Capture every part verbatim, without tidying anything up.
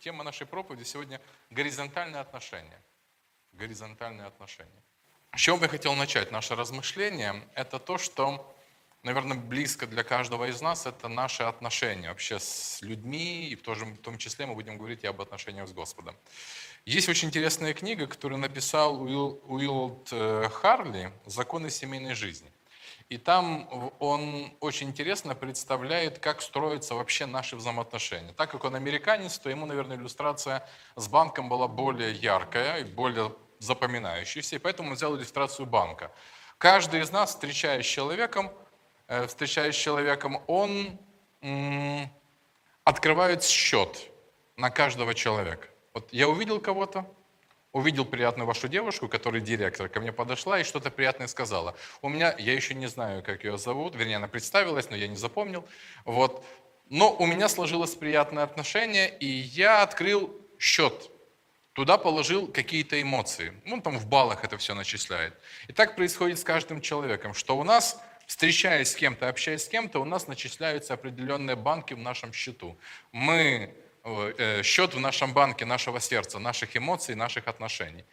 Тема нашей проповеди сегодня – горизонтальные отношения. Горизонтальные отношения. С чего бы я хотел начать наше размышление? Это то, что, наверное, близко для каждого из нас, это наши отношения вообще с людьми, и в том, в том числе мы будем говорить и об отношениях с Господом. Есть очень интересная книга, которую написал Уилл, Уиллд Харли «Законы семейной жизни». И там он очень интересно представляет, как строятся вообще наши взаимоотношения. Так как он американец, то ему, наверное, иллюстрация с банком была более яркая и более запоминающаяся, и поэтому он взял иллюстрацию банка. Каждый из нас, встречаясь с человеком, встречаясь с человеком, он м- открывает счет на каждого человека. Вот я увидел кого-то, увидел приятную вашу девушку, которая директор, ко мне подошла и что-то приятное сказала. У меня, я еще не знаю, как ее зовут, вернее, она представилась, но я не запомнил. Вот. Но у меня сложилось приятное отношение, и я открыл счет. Туда положил какие-то эмоции. Ну, там в баллах это все начисляет. И так происходит с каждым человеком, что у нас, встречаясь с кем-то, общаясь с кем-то, у нас начисляются определенные банки в нашем счету. Мы... счет в нашем банке нашего сердца, наших эмоций, наших отношений.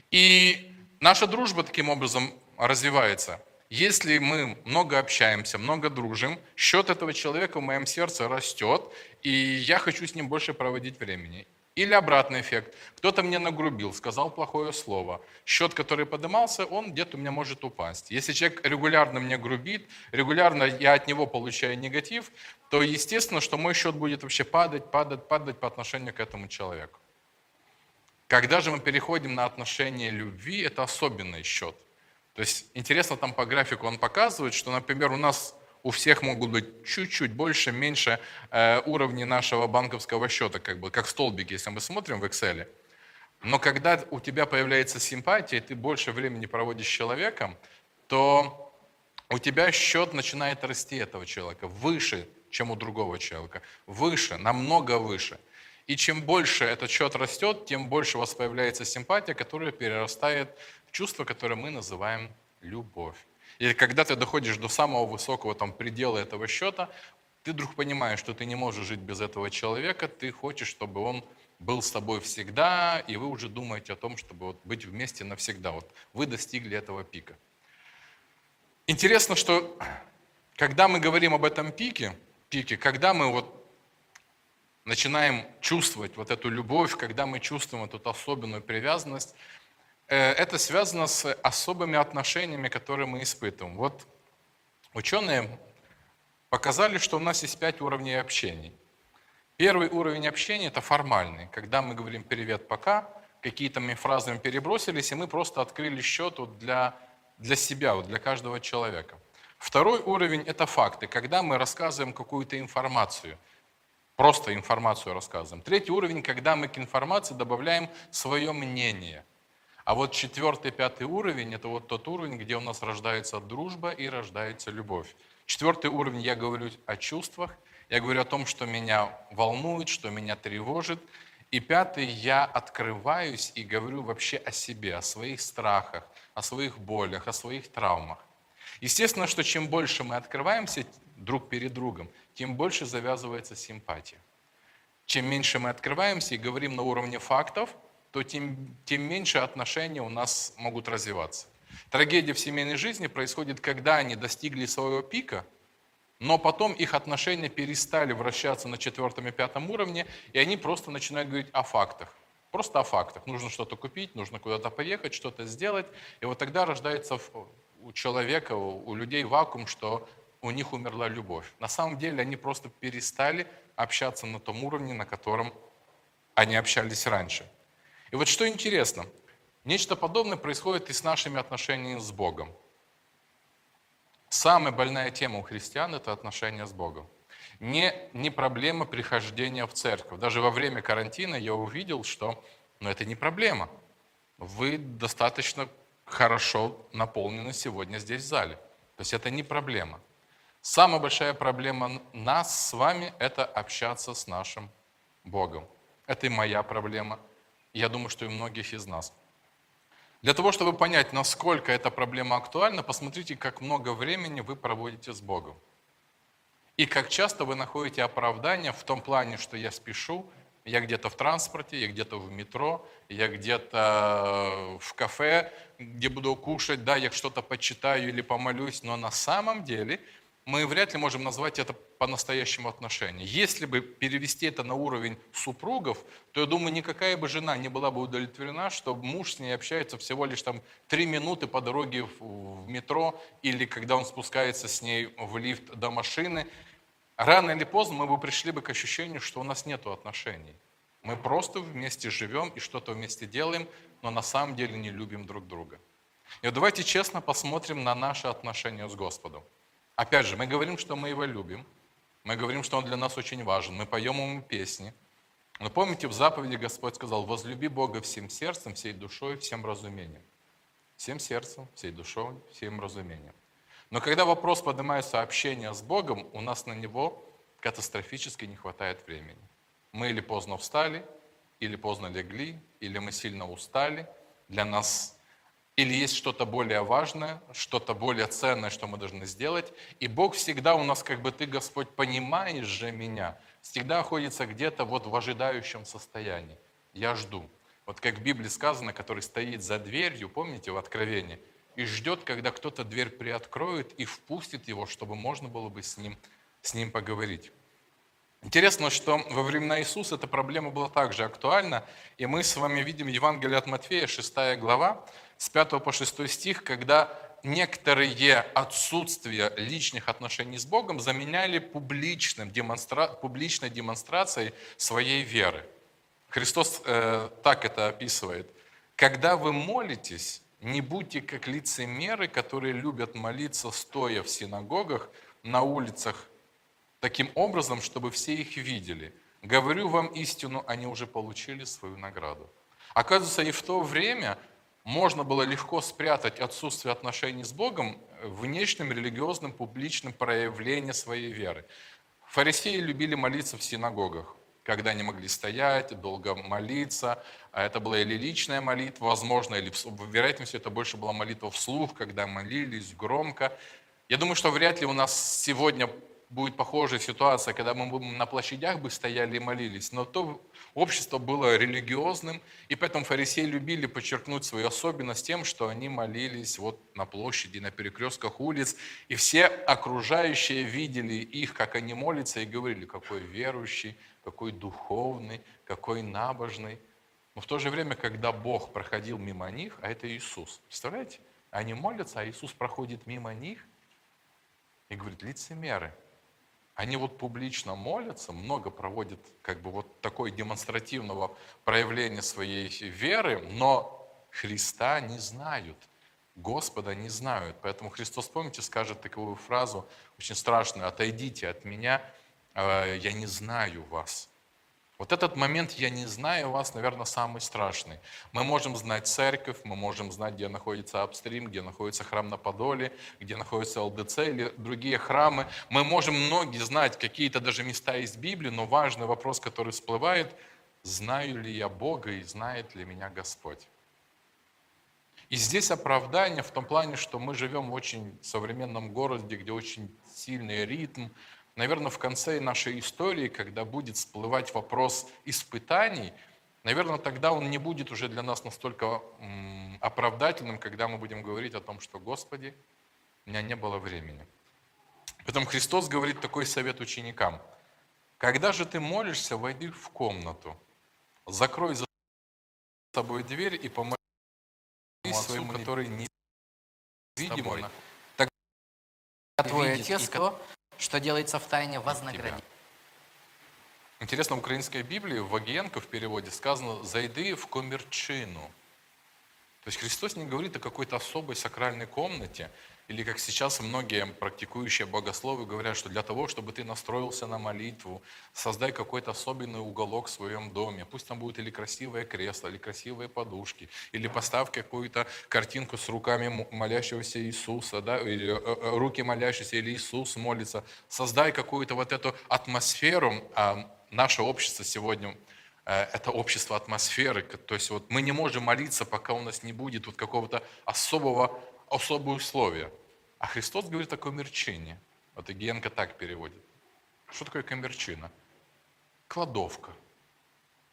И наша дружба таким образом развивается. Если мы много общаемся, много дружим, счет этого человека в моем сердце растет, и я хочу с ним больше проводить времени. Или обратный эффект. Кто-то мне нагрубил, сказал плохое слово. Счет, который поднимался, он где-то у меня может упасть. Если человек регулярно мне грубит, регулярно я от него получаю негатив, то естественно, что мой счет будет вообще падать, падать, падать по отношению к этому человеку. Когда же мы переходим на отношения любви, это особенный счет. То есть интересно, там по графику он показывает, что, например, у нас у всех могут быть чуть-чуть больше, меньше э, уровней нашего банковского счета, как бы, как столбики, если мы смотрим в Excel. Но когда у тебя появляется симпатия, и ты больше времени проводишь с человеком, то у тебя счет начинает расти этого человека выше, чем у другого человека. Выше, намного выше. И чем больше этот счет растет, тем больше у вас появляется симпатия, которая перерастает в чувство, которое мы называем любовь. И когда ты доходишь до самого высокого там, предела этого счета, ты вдруг понимаешь, что ты не можешь жить без этого человека, ты хочешь, чтобы он был с тобой всегда, и вы уже думаете о том, чтобы вот быть вместе навсегда. Вот вы достигли этого пика. Интересно, что когда мы говорим об этом пике, пике, когда мы вот начинаем чувствовать вот эту любовь, когда мы чувствуем эту особенную привязанность, это связано с особыми отношениями, которые мы испытываем. Вот ученые показали, что у нас есть пять уровней общения. Первый уровень общения – это формальный, когда мы говорим «привет, пока», какие-то мы фразами перебросились, и мы просто открыли счет вот для, для себя, вот для каждого человека. Второй уровень – это факты, когда мы рассказываем какую-то информацию, просто информацию рассказываем. Третий уровень – когда мы к информации добавляем свое мнение. А вот четвертый, пятый уровень – это вот тот уровень, где у нас рождается дружба и рождается любовь. Четвертый уровень – я говорю о чувствах, я говорю о том, что меня волнует, что меня тревожит. И пятый – я открываюсь и говорю вообще о себе, о своих страхах, о своих болях, о своих травмах. Естественно, что чем больше мы открываемся друг перед другом, тем больше завязывается симпатия. Чем меньше мы открываемся и говорим на уровне фактов, то тем, тем меньше отношения у нас могут развиваться. Трагедия в семейной жизни происходит, когда они достигли своего пика, но потом их отношения перестали вращаться на четвертом и пятом уровне, и они просто начинают говорить о фактах. Просто о фактах. Нужно что-то купить, нужно куда-то поехать, что-то сделать. И вот тогда рождается у человека, у людей вакуум, что у них умерла любовь. На самом деле они просто перестали общаться на том уровне, на котором они общались раньше. И вот что интересно, нечто подобное происходит и с нашими отношениями с Богом. Самая больная тема у христиан – это отношения с Богом. Не, не проблема прихождения в церковь. Даже во время карантина я увидел, что ну, это не проблема. Вы достаточно хорошо наполнены сегодня здесь в зале. То есть это не проблема. Самая большая проблема нас с вами – это общаться с нашим Богом. Это и моя проблема. Я думаю, что и многих из нас. Для того, чтобы понять, насколько эта проблема актуальна, посмотрите, как много времени вы проводите с Богом. И как часто вы находите оправдание в том плане, что я спешу, Я где-то в транспорте, я где-то в метро, я где-то в кафе, где буду кушать, да, я что-то почитаю или помолюсь, но на самом деле мы вряд ли можем назвать это по-настоящему отношения. Если бы перевести это на уровень супругов, то я думаю, никакая бы жена не была бы удовлетворена, что муж с ней общается всего лишь там три минуты по дороге в, в метро или когда он спускается с ней в лифт до машины. Рано или поздно мы бы пришли бы к ощущению, что у нас нет отношений. Мы просто вместе живем и что-то вместе делаем, но на самом деле не любим друг друга. И вот давайте честно посмотрим на наши отношения с Господом. Опять же, мы говорим, что мы Его любим, мы говорим, что Он для нас очень важен, мы поем Ему песни. Но помните, в заповеди Господь сказал: возлюби Бога всем сердцем, всей душой, всем разумением. Всем сердцем, всей душой, всем разумением. Но когда вопрос поднимается общения с Богом, у нас на него катастрофически не хватает времени. Мы или поздно встали, или поздно легли, или мы сильно устали. Для нас или есть что-то более важное, что-то более ценное, что мы должны сделать. И Бог всегда у нас, как бы: ты, Господь, понимаешь же меня, всегда находится где-то вот в ожидающем состоянии. Я жду. Вот как в Библии сказано, который стоит за дверью, помните, в Откровении, и ждет, когда кто-то дверь приоткроет и впустит его, чтобы можно было бы с ним, с ним поговорить. Интересно, что во времена Иисуса эта проблема была также актуальна, и мы с вами видим Евангелие от Матфея, шестая глава, с пятого по шестой стих, когда некоторые отсутствия личных отношений с Богом заменяли публичным демонстра... публичной демонстрацией своей веры. Христос э, так это описывает. Когда вы молитесь, не будьте как лицемеры, которые любят молиться, стоя в синагогах, на улицах, таким образом, чтобы все их видели. Говорю вам истину, они уже получили свою награду. Оказывается, и в то время можно было легко спрятать отсутствие отношений с Богом внешним религиозным публичным проявлением своей веры. Фарисеи любили молиться в синагогах, когда они могли стоять, долго молиться. А это была или личная молитва, возможно, или, вероятно, все это больше была молитва вслух, когда молились громко. Я думаю, что вряд ли у нас сегодня будет похожая ситуация, когда мы на площадях бы стояли и молились, но то общество было религиозным, и поэтому фарисеи любили подчеркнуть свою особенность тем, что они молились вот на площади, на перекрестках улиц, и все окружающие видели их, как они молятся, и говорили: какой верующий, какой духовный, какой набожный. Но в то же время, когда Бог проходил мимо них, а это Иисус, представляете? Они молятся, а Иисус проходит мимо них и говорит: лицемеры. Они вот публично молятся, много проводят как бы вот такое демонстративного проявления своей веры, но Христа не знают, Господа не знают. Поэтому Христос, помните, скажет такую фразу очень страшную: отойдите от меня, я не знаю вас. Вот этот момент «я не знаю вас», наверное, самый страшный. Мы можем знать церковь, мы можем знать, где находится Апстрим, где находится храм на Подоле, где находится ЛДЦ или другие храмы. Мы можем многие знать какие-то даже места из Библии, но важный вопрос, который всплывает: знаю ли я Бога и знает ли меня Господь? И здесь оправдание в том плане, что мы живем в очень современном городе, где очень сильный ритм. Наверное, в конце нашей истории, когда будет всплывать вопрос испытаний, наверное, тогда он не будет уже для нас настолько оправдательным, когда мы будем говорить о том, что: Господи, у меня не было времени. Поэтому Христос говорит такой совет ученикам: когда же ты молишься, войди в комнату, закрой за собой дверь и помолись своему, который не видимо. Тогда твой Отец, то, что делается в тайне, вознаградит. Интересно, в украинской Библии, в Вагиенко в переводе сказано: «Зайди в комерчину». То есть Христос не говорит о какой-то особой сакральной комнате, или как сейчас многие практикующие богословы говорят, что для того, чтобы ты настроился на молитву, создай какой-то особенный уголок в своем доме. Пусть там будет или красивое кресло, или красивые подушки, или поставь какую-то картинку с руками молящегося Иисуса, да, или руки молящиеся, или Иисус молится. Создай какую-то вот эту атмосферу. А наше общество сегодня – это общество атмосферы. То есть вот мы не можем молиться, пока у нас не будет вот какого-то особого особые условия. А Христос говорит о комерчине. Вот Игиенко так переводит. Что такое комерчина? Кладовка.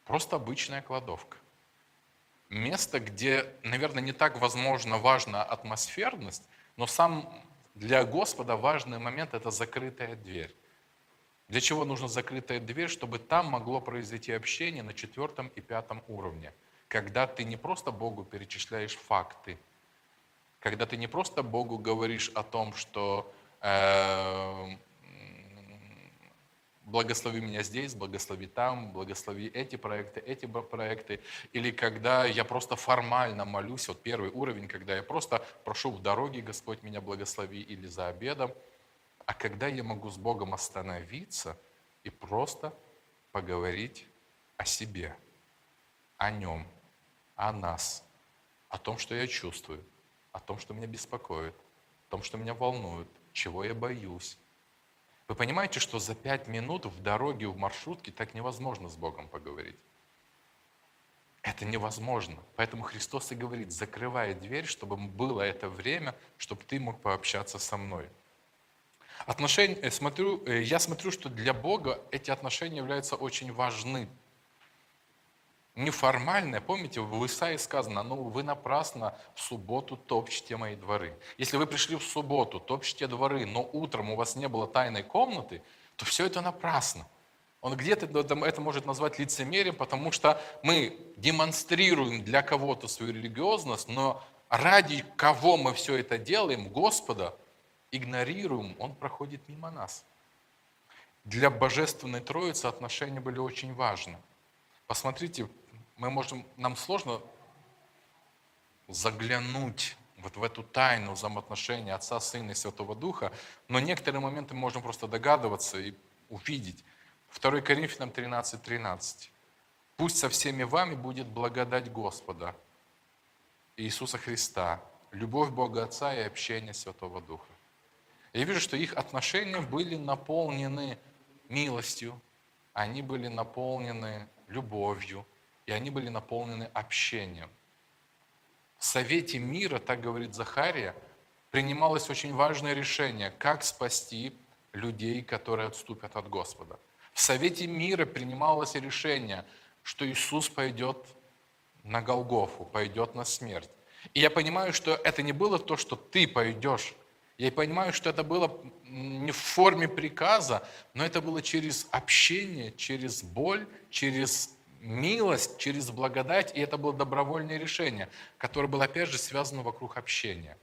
Просто обычная кладовка. Место, где, наверное, не так, возможно, важна атмосферность, но сам для Господа важный момент – это закрытая дверь. Для чего нужна закрытая дверь? Чтобы там могло произойти общение на четвертом и пятом уровне. Когда ты не просто Богу перечисляешь факты, когда ты не просто Богу говоришь о том, что э, благослови меня здесь, благослови там, благослови эти проекты, эти проекты. Или когда я просто формально молюсь, вот первый уровень, когда я просто прошу в дороге, Господь меня благослови, или за обедом. А когда я могу с Богом остановиться и просто поговорить о себе, о Нем, о нас, о том, что я чувствую, о том, что меня беспокоит, о том, что меня волнует, чего я боюсь. Вы понимаете, что за пять минут в дороге, в маршрутке так невозможно с Богом поговорить? Это невозможно. Поэтому Христос и говорит, закрывай дверь, чтобы было это время, чтобы ты мог пообщаться со мной. Отношения, смотрю, я смотрю, что для Бога эти отношения являются очень важны. Неформальное, помните, в Исаии сказано, ну вы напрасно в субботу топчете мои дворы. Если вы пришли в субботу, топчете дворы, но утром у вас не было тайной комнаты, то все это напрасно. Он где-то это может назвать лицемерием, потому что мы демонстрируем для кого-то свою религиозность, но ради кого мы все это делаем, Господа, игнорируем, Он проходит мимо нас. Для Божественной Троицы отношения были очень важны. Посмотрите, мы можем, нам сложно заглянуть вот в эту тайну взаимоотношений Отца, Сына и Святого Духа, но некоторые моменты мы можем просто догадываться и увидеть. второе Коринфянам тринадцать тринадцать. «Пусть со всеми вами будет благодать Господа Иисуса Христа, любовь Бога Отца и общение Святого Духа». Я вижу, что их отношения были наполнены милостью, они были наполнены любовью, и они были наполнены общением. В Совете мира, так говорит Захария, принималось очень важное решение, как спасти людей, которые отступят от Господа. В Совете мира принималось решение, что Иисус пойдет на Голгофу, пойдет на смерть. И я понимаю, что это не было то, что ты пойдешь. Я понимаю, что это было не в форме приказа, но это было через общение, через боль, через милость, через благодать, и это было добровольное решение, которое было, опять же, связано вокруг общения.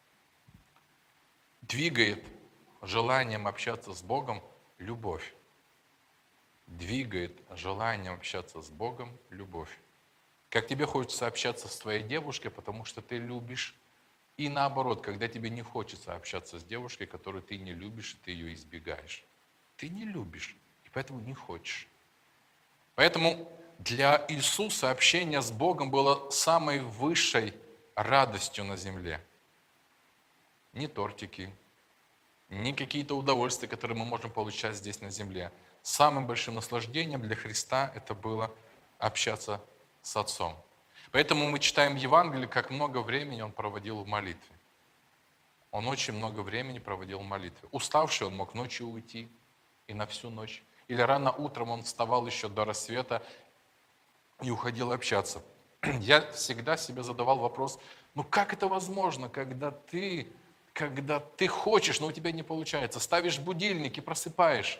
Двигает желанием общаться с Богом любовь. Двигает желанием общаться с Богом любовь. Как тебе хочется общаться с твоей девушкой, потому что ты любишь. И наоборот, когда тебе не хочется общаться с девушкой, которую ты не любишь, и ты ее избегаешь. Ты не любишь, и поэтому не хочешь. Поэтому для Иисуса общение с Богом было самой высшей радостью на земле. Не тортики, не какие-то удовольствия, которые мы можем получать здесь на земле. Самым большим наслаждением для Христа это было общаться с Отцом. Поэтому мы читаем Евангелие, как много времени Он проводил в молитве. Он очень много времени проводил в молитве. Уставший Он мог ночью уйти и на всю ночь. Или рано утром Он вставал еще до рассвета и уходил общаться. Я всегда себе задавал вопрос, ну как это возможно, когда ты, когда ты хочешь, но у тебя не получается, ставишь будильник и просыпаешь.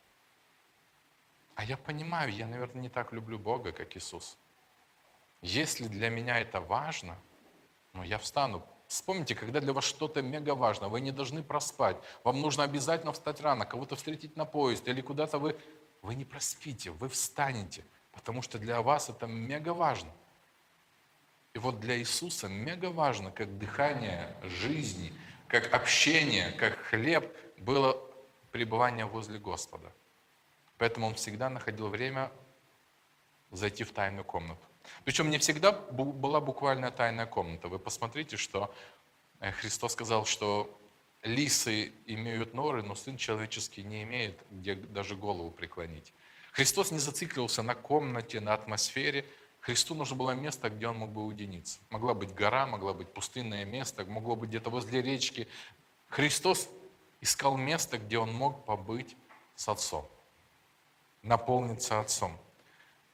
А я понимаю, я, наверное, не так люблю Бога, как Иисус. Если для меня это важно, ну я встану. Вспомните, когда для вас что-то мега важно, вы не должны проспать, вам нужно обязательно встать рано, кого-то встретить на поезд или куда-то вы, вы не проспите, вы встанете, потому что для вас это мега важно. И вот для Иисуса мега важно, как дыхание жизни, как общение, как хлеб, было пребывание возле Господа. Поэтому Он всегда находил время зайти в тайную комнату. Причем не всегда была буквальная тайная комната. Вы посмотрите, что Христос сказал, что лисы имеют норы, но Сын Человеческий не имеет, где даже голову преклонить. Христос не зацикливался на комнате, на атмосфере. Христу нужно было место, где Он мог бы уединиться. Могла быть гора, могла быть пустынное место, могло быть где-то возле речки. Христос искал место, где Он мог побыть с Отцом, наполниться Отцом.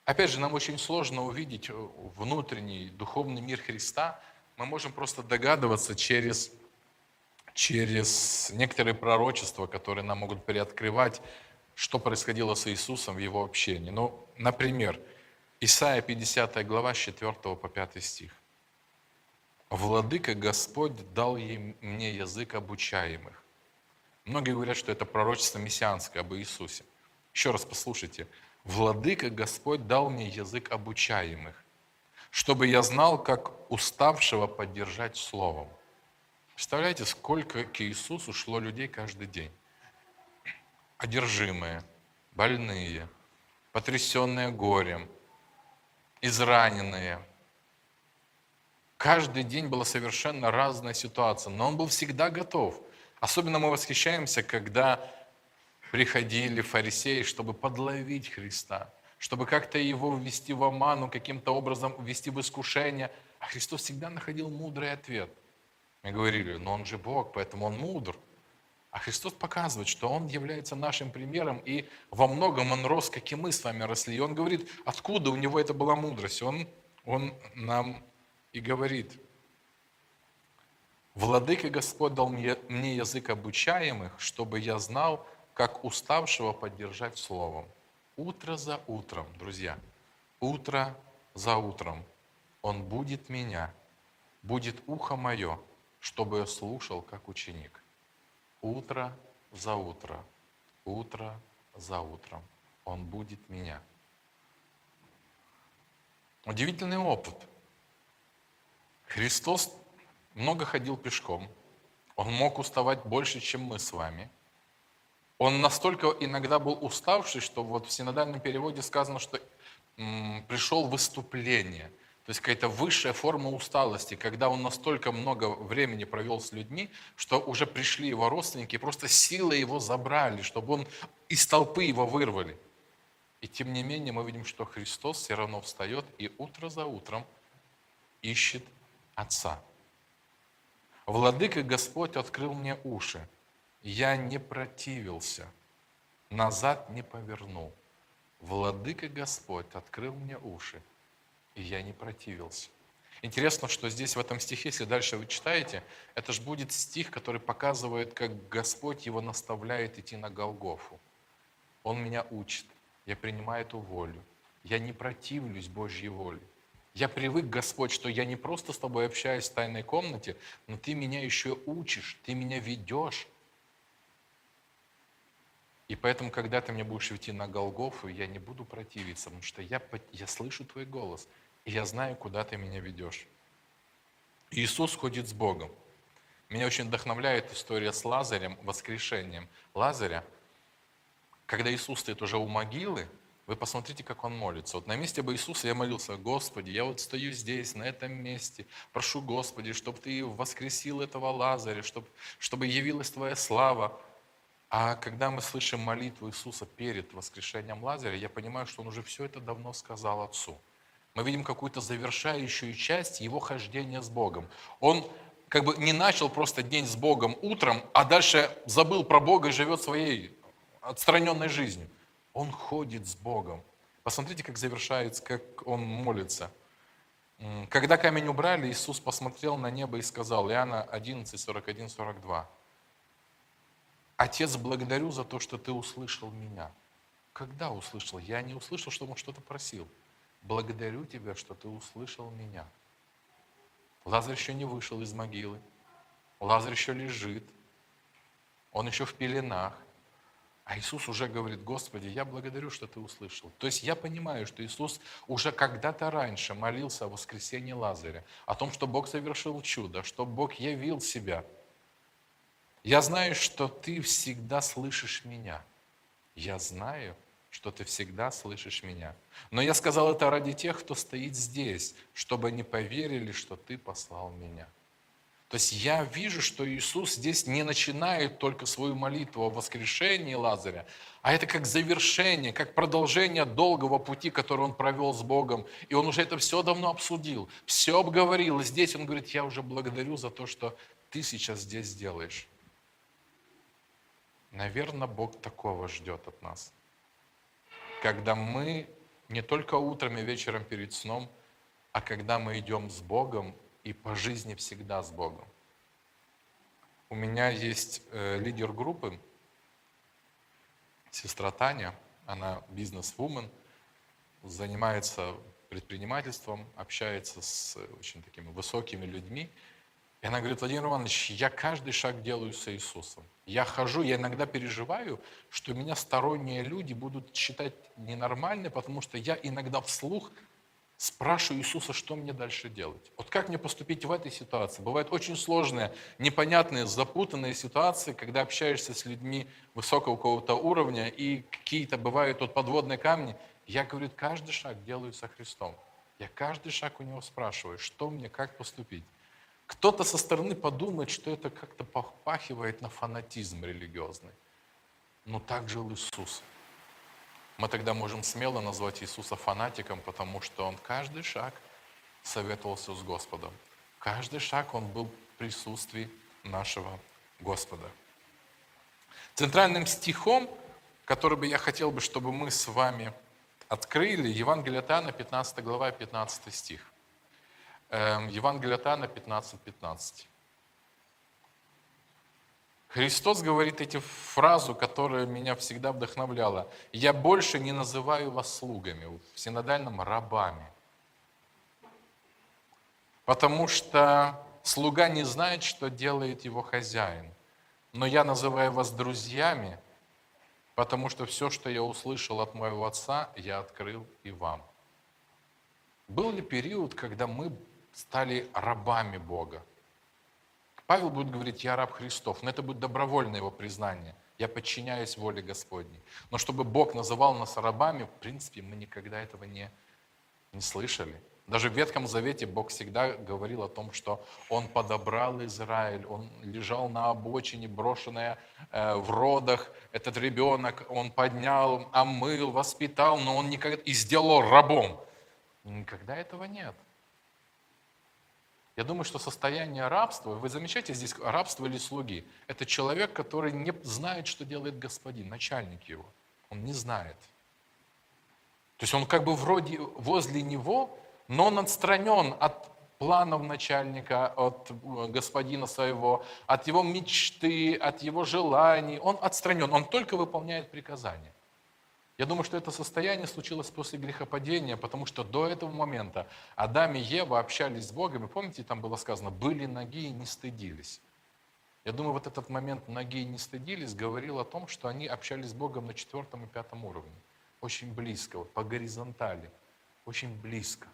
Опять же, нам очень сложно увидеть внутренний духовный мир Христа. Мы можем просто догадываться через, через некоторые пророчества, которые нам могут приоткрывать, что происходило с Иисусом в Его общении. Ну, например, Исайя пятидесятая глава, с четвёртого по пятый стих. «Владыка Господь дал ей- мне язык обучаемых». Многие говорят, что это пророчество мессианское об Иисусе. Еще раз послушайте. «Владыка Господь дал мне язык обучаемых, чтобы я знал, как уставшего поддержать словом». Представляете, сколько к Иисусу шло людей каждый день? Одержимые, больные, потрясенные горем, израненные. Каждый день была совершенно разная ситуация, но он был всегда готов. Особенно мы восхищаемся, когда приходили фарисеи, чтобы подловить Христа, чтобы как-то его ввести в оману, каким-то образом ввести в искушение. А Христос всегда находил мудрый ответ. Мы говорили, но он же Бог, поэтому он мудр. А Христос показывает, что Он является нашим примером, и во многом Он рос, как и мы с вами росли. И Он говорит, откуда у Него это была мудрость. Он, он нам и говорит, «Владыка Господь дал мне мне язык обучаемых, чтобы я знал, как уставшего поддержать словом». Утро за утром, друзья, утро за утром Он будет меня, будет ухо мое, чтобы я слушал, как ученик. Утро за утро, утро за утром Он будет меня. Удивительный опыт. Христос много ходил пешком. Он мог уставать больше, чем мы с вами. Он настолько иногда был уставший, что вот в синодальном переводе сказано, что м, пришел в выступление. То есть какая-то высшая форма усталости, когда он настолько много времени провел с людьми, что уже пришли его родственники, и просто силой его забрали, чтобы он из толпы его вырвали. И тем не менее мы видим, что Христос все равно встает и утро за утром ищет Отца. «Владыка Господь открыл мне уши, я не противился, назад не повернул. Владыка Господь открыл мне уши, и я не противился». Интересно, что здесь в этом стихе, если дальше вы читаете, это же будет стих, который показывает, как Господь его наставляет идти на Голгофу. Он меня учит, я принимаю эту волю, я не противлюсь Божьей воле. Я привык, Господь, что я не просто с тобой общаюсь в тайной комнате, но ты меня еще учишь, ты меня ведешь. И поэтому, когда ты мне будешь идти на Голгофу, я не буду противиться, потому что я, я слышу твой голос, и я знаю, куда ты меня ведешь. Иисус ходит с Богом. Меня очень вдохновляет история с Лазарем, воскрешением Лазаря. Когда Иисус стоит уже у могилы, вы посмотрите, как Он молится. Вот на месте бы Иисуса я молился: «Господи, я вот стою здесь, на этом месте, прошу, Господи, чтобы Ты воскресил этого Лазаря, чтобы, чтобы явилась Твоя слава». А когда мы слышим молитву Иисуса перед воскрешением Лазаря, я понимаю, что Он уже все это давно сказал Отцу. Мы видим какую-то завершающую часть Его хождения с Богом. Он как бы не начал просто день с Богом утром, а дальше забыл про Бога и живет своей отстраненной жизнью. Он ходит с Богом. Посмотрите, как завершается, как Он молится. Когда камень убрали, Иисус посмотрел на небо и сказал, Иоанна одиннадцать, сорок один, сорок два. «Отец, благодарю за то, что Ты услышал меня». Когда услышал? Я не услышал, что Он что-то просил. Благодарю Тебя, что Ты услышал меня. Лазарь еще не вышел из могилы. Лазарь еще лежит. Он еще в пеленах. А Иисус уже говорит: Господи, я благодарю, что Ты услышал. То есть я понимаю, что Иисус уже когда-то раньше молился о воскресении Лазаря, о том, что Бог совершил чудо, что Бог явил себя. Я знаю, что Ты всегда слышишь меня. Я знаю, что Ты всегда слышишь меня. Но я сказал это ради тех, кто стоит здесь, чтобы они поверили, что Ты послал меня. То есть я вижу, что Иисус здесь не начинает только свою молитву о воскрешении Лазаря, а это как завершение, как продолжение долгого пути, который Он провел с Богом. И Он уже это все давно обсудил, все обговорил. И здесь Он говорит: я уже благодарю за то, что Ты сейчас здесь делаешь. Наверное, Бог такого ждет от нас. Когда мы Не только утром и вечером перед сном, а когда мы идем с Богом и по жизни всегда с Богом. У меня есть э, лидер группы, сестра Таня, она бизнес-вумен, занимается предпринимательством, общается с очень такими высокими людьми. И она говорит: Владимир Иванович, я каждый шаг делаю с Иисусом. Я хожу, я иногда переживаю, что меня сторонние люди будут считать ненормальной, потому что я иногда вслух спрашиваю Иисуса, что мне дальше делать. Вот как мне поступить в этой ситуации? Бывают очень сложные, непонятные, запутанные ситуации, когда общаешься с людьми высокого какого-то уровня, и какие-то бывают вот подводные камни. Я, говорю, каждый шаг делаю со Христом. Я каждый шаг у Него спрашиваю, что мне, как поступить. Кто-то со стороны подумает, что это как-то попахивает на фанатизм религиозный. Но так жил Иисус. Мы тогда можем смело назвать Иисуса фанатиком, потому что Он каждый шаг советовался с Господом. Каждый шаг Он был в присутствии нашего Господа. Центральным стихом, который бы я хотел бы, чтобы мы с вами открыли, Евангелие от Иоанна, пятнадцатая глава, пятнадцатый стих. Евангелие от Иоанна пятнадцать пятнадцать. Христос говорит эти фразу, которая меня всегда вдохновляла. «Я больше не называю вас слугами», в синодальном рабами. Потому что слуга не знает, что делает его хозяин. Но я называю вас друзьями, потому что все, что я услышал от моего Отца, я открыл и вам. Был ли период, когда мы стали рабами Бога? Павел будет говорить: я раб Христов, но это будет добровольное его признание. Я подчиняюсь воле Господней. Но чтобы Бог называл нас рабами, в принципе, мы никогда этого не, не слышали. Даже в Ветхом Завете Бог всегда говорил о том, что Он подобрал Израиль, Он лежал на обочине, брошенная э, в родах. Этот ребенок Он поднял, омыл, воспитал, но Он никогда и сделал рабом. Никогда этого нет. Я думаю, что состояние рабства, вы замечаете здесь рабство или слуги, это человек, который не знает, что делает господин, начальник его. Он не знает. То есть он как бы вроде возле него, но он отстранен от планов начальника, от господина своего, от его мечты, от его желаний. Он отстранен, он только выполняет приказания. Я думаю, что это состояние случилось после грехопадения, потому что до этого момента Адам и Ева общались с Богом, и помните, там было сказано, были ноги и не стыдились. Я думаю, вот этот момент «ноги и не стыдились» говорил о том, что они общались с Богом на четвертом и пятом уровне. Очень близко, вот по горизонтали, очень близко.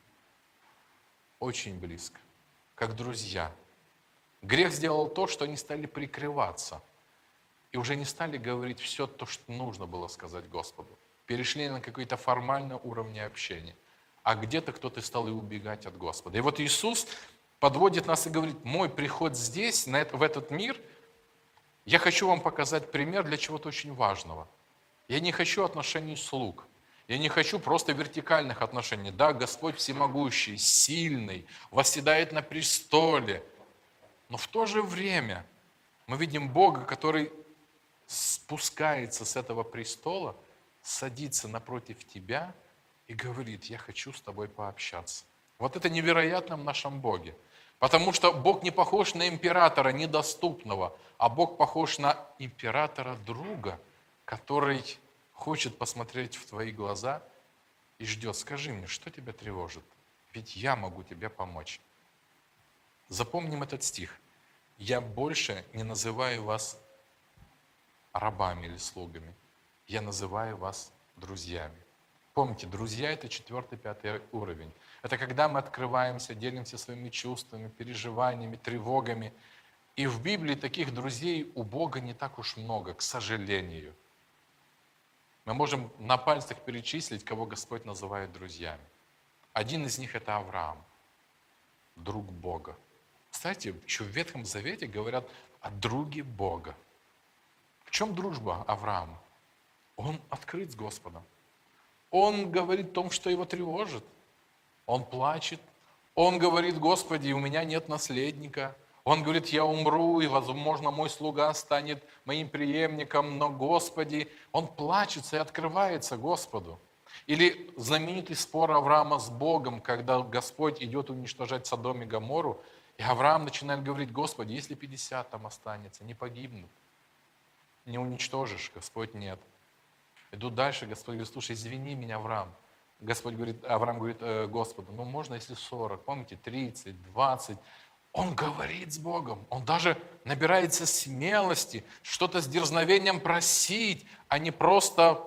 Очень близко, как друзья. Грех сделал то, что они стали прикрываться и уже не стали говорить все то, что нужно было сказать Господу. Перешли на какой-то формальный уровень общения. А где-то кто-то стал и убегать от Господа. И вот Иисус подводит нас и говорит: мой приход здесь, на это, в этот мир, я хочу вам показать пример для чего-то очень важного. Я не хочу отношений слуг. Я не хочу просто вертикальных отношений. Да, Господь всемогущий, сильный, восседает на престоле. Но в то же время мы видим Бога, который спускается с этого престола, садится напротив тебя и говорит: я хочу с тобой пообщаться. Вот это невероятно в нашем Боге. Потому что Бог не похож на императора недоступного, а Бог похож на императора друга, который хочет посмотреть в твои глаза и ждет. Скажи мне, что тебя тревожит? Ведь я могу тебе помочь. Запомним этот стих. Я больше не называю вас рабами или слугами. Я называю вас друзьями. Помните, друзья – это четвертый, пятый уровень. Это когда мы открываемся, делимся своими чувствами, переживаниями, тревогами. И в Библии таких друзей у Бога не так уж много, к сожалению. Мы можем на пальцах перечислить, кого Господь называет друзьями. Один из них – это Авраам, друг Бога. Кстати, еще в Ветхом Завете говорят о друге Бога. В чем дружба Авраама? Он открыт с Господом. Он говорит о том, что его тревожит. Он плачет. Он говорит: Господи, у меня нет наследника. Он говорит: я умру, и, возможно, мой слуга станет моим преемником, но, Господи, он плачется и открывается Господу. Или знаменитый спор Авраама с Богом, когда Господь идет уничтожать Содом и Гоморру, и Авраам начинает говорить: Господи, если пятьдесят там останется, не погибнут, не уничтожишь, Господь нет. Идут дальше, Господь говорит: слушай, извини меня, Авраам. Господь говорит, Авраам говорит э, Господу: ну можно, если сорок, помните, тридцать, двадцать. Он говорит с Богом, он даже набирается смелости, что-то с дерзновением просить, а не просто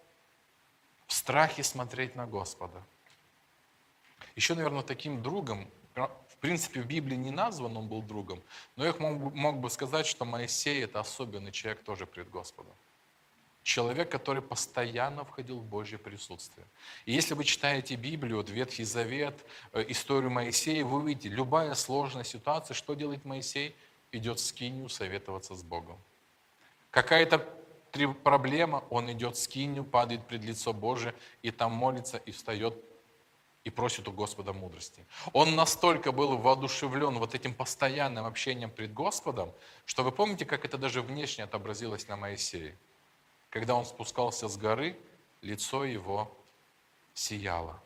в страхе смотреть на Господа. Еще, наверное, таким другом, в принципе, в Библии не назван он был другом, но я мог, мог бы сказать, что Моисей – это особенный человек тоже пред Господом. Человек, который постоянно входил в Божье присутствие. И если вы читаете Библию, вот Ветхий Завет, историю Моисея, вы увидите, любая сложная ситуация, что делает Моисей? Идет в скинию советоваться с Богом. Какая-то проблема, он идет в скинию, падает пред лицо Божие, и там молится, и встает, и просит у Господа мудрости. Он настолько был воодушевлен вот этим постоянным общением пред Господом, что вы помните, как это даже внешне отобразилось на Моисее? Когда он спускался с горы, лицо его сияло.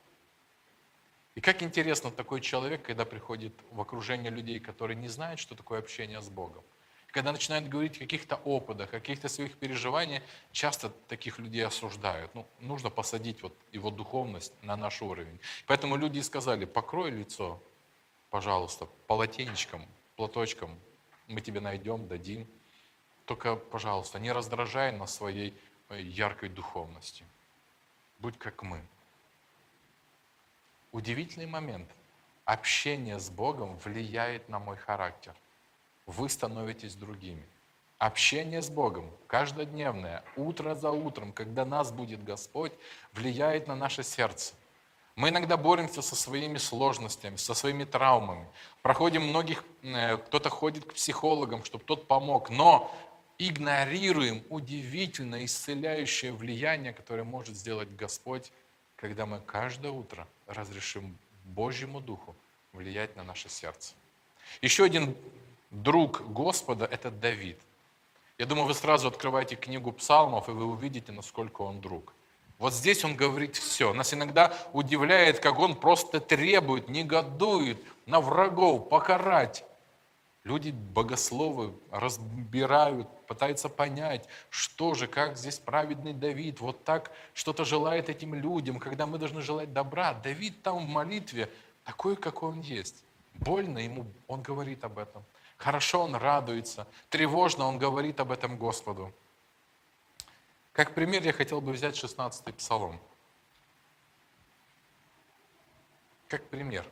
И как интересно такой человек, когда приходит в окружение людей, которые не знают, что такое общение с Богом. Когда начинают говорить о каких-то опытах, о каких-то своих переживаниях, часто таких людей осуждают. Ну, нужно посадить вот его духовность на наш уровень. Поэтому люди и сказали: покрой лицо, пожалуйста, полотенечком, платочком, мы тебе найдем, дадим. Только, пожалуйста, не раздражай нас своей яркой духовностью. Будь как мы. Удивительный момент. Общение с Богом влияет на мой характер. Вы становитесь другими. Общение с Богом, каждодневное, утро за утром, когда нас будет Господь, влияет на наше сердце. Мы иногда боремся со своими сложностями, со своими травмами. Проходим многих, кто-то ходит к психологам, чтобы тот помог, но игнорируем удивительное исцеляющее влияние, которое может сделать Господь, когда мы каждое утро разрешим Божьему Духу влиять на наше сердце. Еще один друг Господа – это Давид. Я думаю, вы сразу открываете книгу Псалмов, и вы увидите, насколько он друг. Вот здесь он говорит все. Нас иногда удивляет, как он просто требует, негодует на врагов, покарать. Люди, богословы, разбирают, пытаются понять, что же, как здесь праведный Давид, вот так что-то желает этим людям, когда мы должны желать добра. Давид там в молитве такой, какой он есть. Больно ему, он говорит об этом. Хорошо, он радуется. Тревожно, он говорит об этом Господу. Как пример я хотел бы взять шестнадцатый Псалом. Как пример.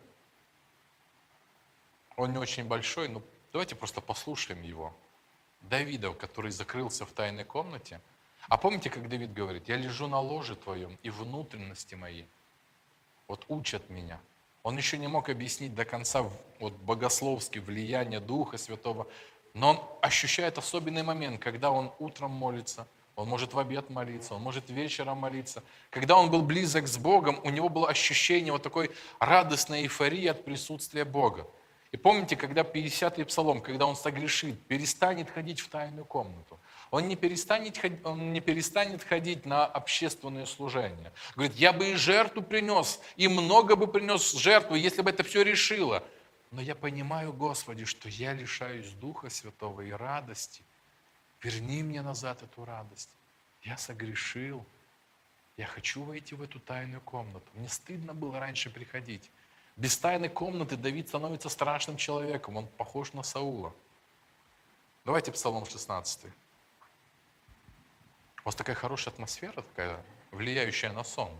Он не очень большой, но давайте просто послушаем его. Давида, который закрылся в тайной комнате. А помните, как Давид говорит: я лежу на ложе твоем, и внутренности мои вот учат меня. Он еще не мог объяснить до конца вот, богословски влияние Духа Святого, но он ощущает особенный момент, когда он утром молится, он может в обед молиться, он может вечером молиться. Когда он был близок с Богом, у него было ощущение вот такой радостной эйфории от присутствия Бога. И помните, когда пятидесятый Псалом, когда он согрешит, перестанет ходить в тайную комнату, он не перестанет, он не перестанет ходить на общественные служения. Говорит: я бы и жертву принес, и много бы принес жертву, если бы это все решило. Но я понимаю, Господи, что я лишаюсь Духа Святого и радости. Верни мне назад эту радость. Я согрешил. Я хочу войти в эту тайную комнату. Мне стыдно было раньше приходить. Без тайной комнаты Давид становится страшным человеком. Он похож на Саула. Давайте Псалом шестнадцатый. У вас такая хорошая атмосфера, такая влияющая на сон.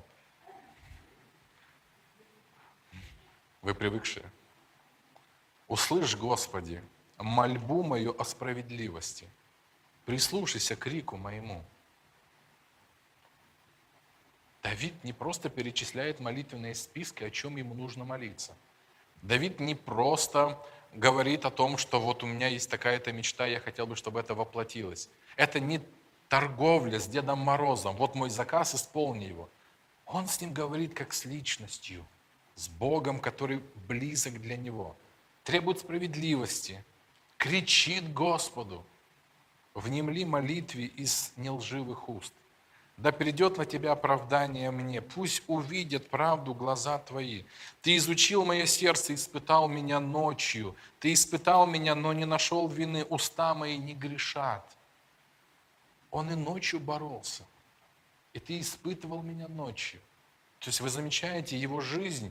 Вы привыкшие. «Услышь, Господи, мольбу мою о справедливости. Прислушайся к крику моему». Давид не просто перечисляет молитвенные списки, о чем ему нужно молиться. Давид не просто говорит о том, что вот у меня есть такая-то мечта, я хотел бы, чтобы это воплотилось. Это не торговля с Дедом Морозом. Вот мой заказ, исполни его. Он с ним говорит как с личностью, с Богом, который близок для него. Требует справедливости, кричит Господу. Внемли молитве из нелживых уст. Да придет на тебя оправдание мне, пусть увидят правду глаза твои. Ты изучил мое сердце, испытал меня ночью. Ты испытал меня, но не нашел вины, уста мои не грешат. Он и ночью боролся, и ты испытывал меня ночью. То есть вы замечаете, его жизнь,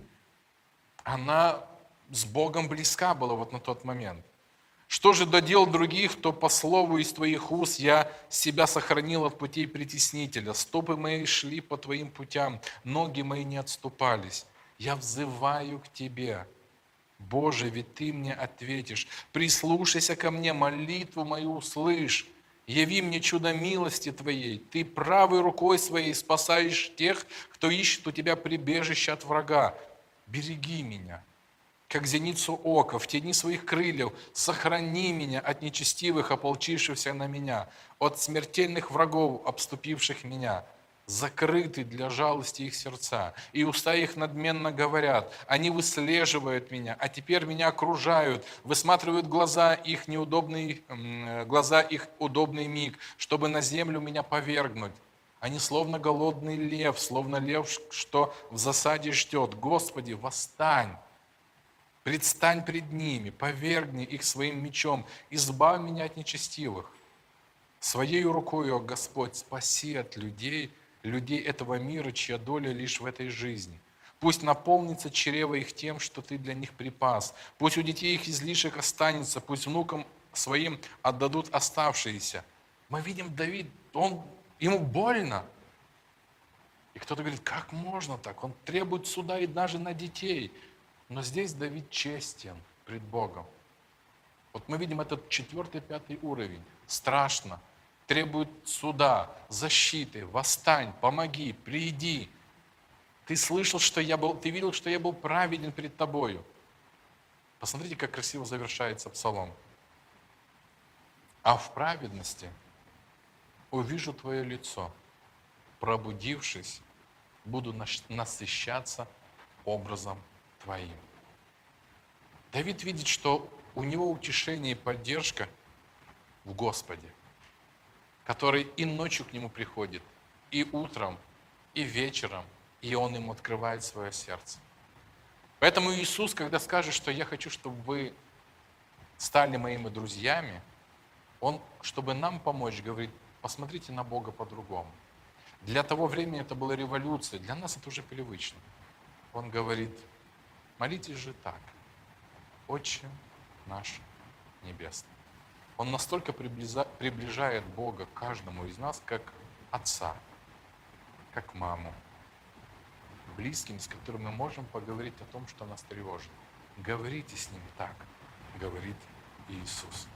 она с Богом близка была вот на тот момент. Что же до дел других, то по слову из твоих уст я себя сохранил от путей притеснителя. Стопы мои шли по твоим путям, ноги мои не отступались. Я взываю к тебе. Боже, ведь ты мне ответишь. Прислушайся ко мне, молитву мою услышь. Яви мне чудо милости Твоей. Ты правой рукой Своей спасаешь тех, кто ищет у Тебя прибежище от врага. Береги меня, как зеницу ока, в тени своих крыльев, сохрани меня от нечестивых, ополчившихся на меня, от смертельных врагов, обступивших меня. Закрыты для жалости их сердца, и уста их надменно говорят. Они выслеживают меня, а теперь меня окружают, высматривают глаза их неудобный, глаза их удобный миг, чтобы на землю меня повергнуть. Они словно голодный лев, словно лев, что в засаде ждет. Господи, восстань! Предстань пред ними, повергни их своим мечом, избавь меня от нечестивых. Своей рукой, о Господь, спаси от людей, людей этого мира, чья доля лишь в этой жизни. Пусть наполнится чрево их тем, что Ты для них припас. Пусть у детей их излишек останется, пусть внукам своим отдадут оставшиеся. Мы видим, Давид, он, ему больно. И кто-то говорит, как можно так? Он требует суда и даже на детей. Но здесь Давид честен пред Богом. Вот мы видим этот четвертый, пятый уровень. Страшно. Требует суда, защиты. Восстань, помоги, приди. Ты слышал, что я был, ты видел, что я был праведен пред тобою. Посмотрите, как красиво завершается псалом. А в праведности увижу твое лицо. Пробудившись, буду насыщаться образом Твоим. Давид видит, что у него утешение и поддержка в Господе, который и ночью к нему приходит, и утром, и вечером, и он ему открывает свое сердце. Поэтому Иисус, когда скажет, что я хочу, чтобы вы стали моими друзьями, Он, чтобы нам помочь, говорит, посмотрите на Бога по-другому. Для того времени это была революция, для нас это уже привычно. Он говорит, молитесь же так, Отче наш Небесный. Он настолько приближает Бога к каждому из нас, как отца, как маму, близким, с которым мы можем поговорить о том, что нас тревожит. Говорите с ним так, говорит Иисус.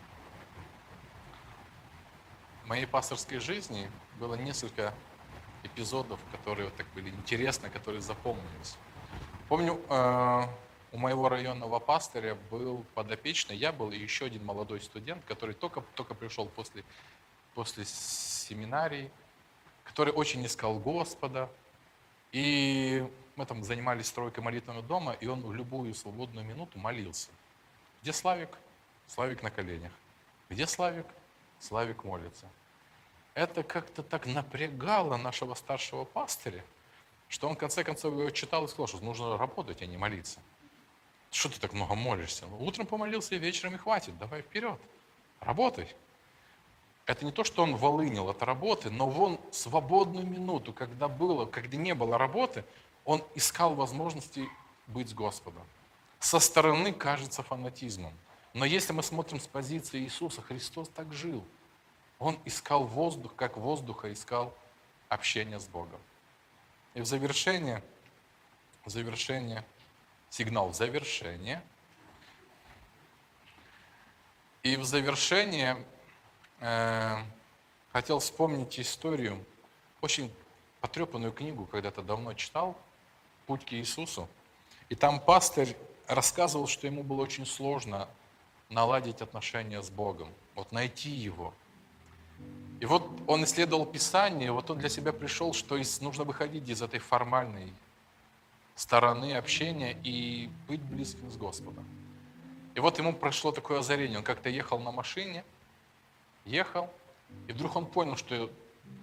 В моей пасторской жизни было несколько эпизодов, которые вот так были интересны, которые запомнились. Помню, у моего районного пастыря был подопечный, я был и еще один молодой студент, который только, только пришел после, после семинарии, который очень искал Господа. И мы там занимались стройкой молитвенного дома, и он в любую свободную минуту молился. Где Славик? Славик на коленях. Где Славик? Славик молится. Это как-то так напрягало нашего старшего пастыря, что он в конце концов его читал и сказал, что нужно работать, а не молиться. Что ты так много молишься? Утром помолился и вечером и хватит, давай вперед, работай. Это не то, что он волынил от работы, но вон свободную минуту, когда было, когда не было работы, он искал возможности быть с Господом. Со стороны кажется фанатизмом. Но если мы смотрим с позиции Иисуса, Христос так жил. Он искал воздух, как воздуха искал общение с Богом. И в завершение, в завершение, сигнал в завершение. И в завершение э, хотел вспомнить историю, очень потрепанную книгу, когда-то давно читал, «Путь к Иисусу». И там пастырь рассказывал, что ему было очень сложно наладить отношения с Богом, вот найти Его. И вот он исследовал Писание, вот он для себя пришел, что нужно выходить из этой формальной стороны общения и быть близким с Господом. И вот ему прошло такое озарение, он как-то ехал на машине, ехал, и вдруг он понял, что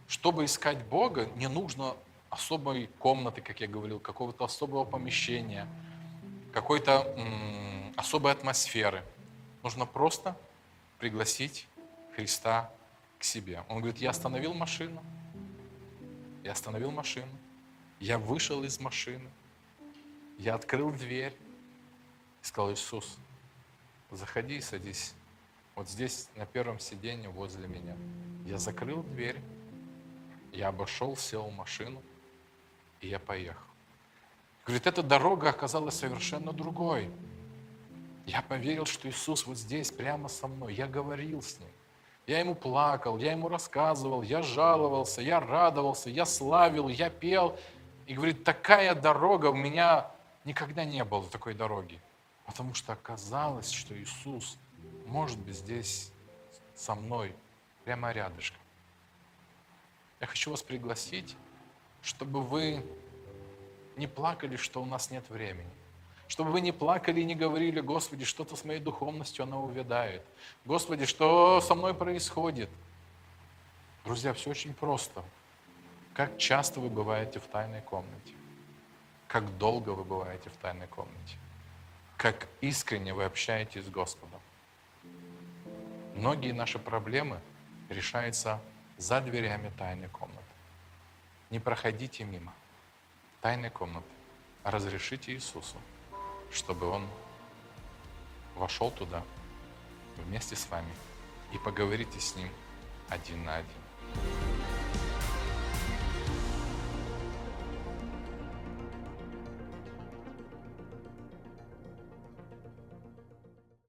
Чтобы искать Бога, не нужно особой комнаты, как я говорил, какого-то особого помещения, какой-то м, особой атмосферы. Нужно просто пригласить Христа к себе. Он говорит, я остановил машину, я остановил машину, я вышел из машины, я открыл дверь и сказал, Иисус, заходи и садись вот здесь, на первом сиденье возле меня. Я закрыл дверь, я обошел, сел в машину, и я поехал. Говорит, эта дорога оказалась совершенно другой. Я поверил, что Иисус вот здесь, прямо со мной. Я говорил с Ним. Я Ему плакал, я Ему рассказывал, я жаловался, я радовался, я славил, я пел. И говорит, такая дорога, у меня никогда не было такой дороги. Потому что оказалось, что Иисус может быть здесь со мной, прямо рядышком. Я хочу вас пригласить, чтобы вы не плакали, что у нас нет времени. Чтобы вы не плакали и не говорили, Господи, что-то с моей духовностью, она увядает. Господи, что со мной происходит? Друзья, все очень просто. Как часто вы бываете в тайной комнате? Как долго вы бываете в тайной комнате? Как искренне вы общаетесь с Господом? Многие наши проблемы решаются за дверями тайной комнаты. Не проходите мимо тайной комнаты, а разрешите Иисусу, чтобы Он вошел туда вместе с вами и поговорите с Ним один на один.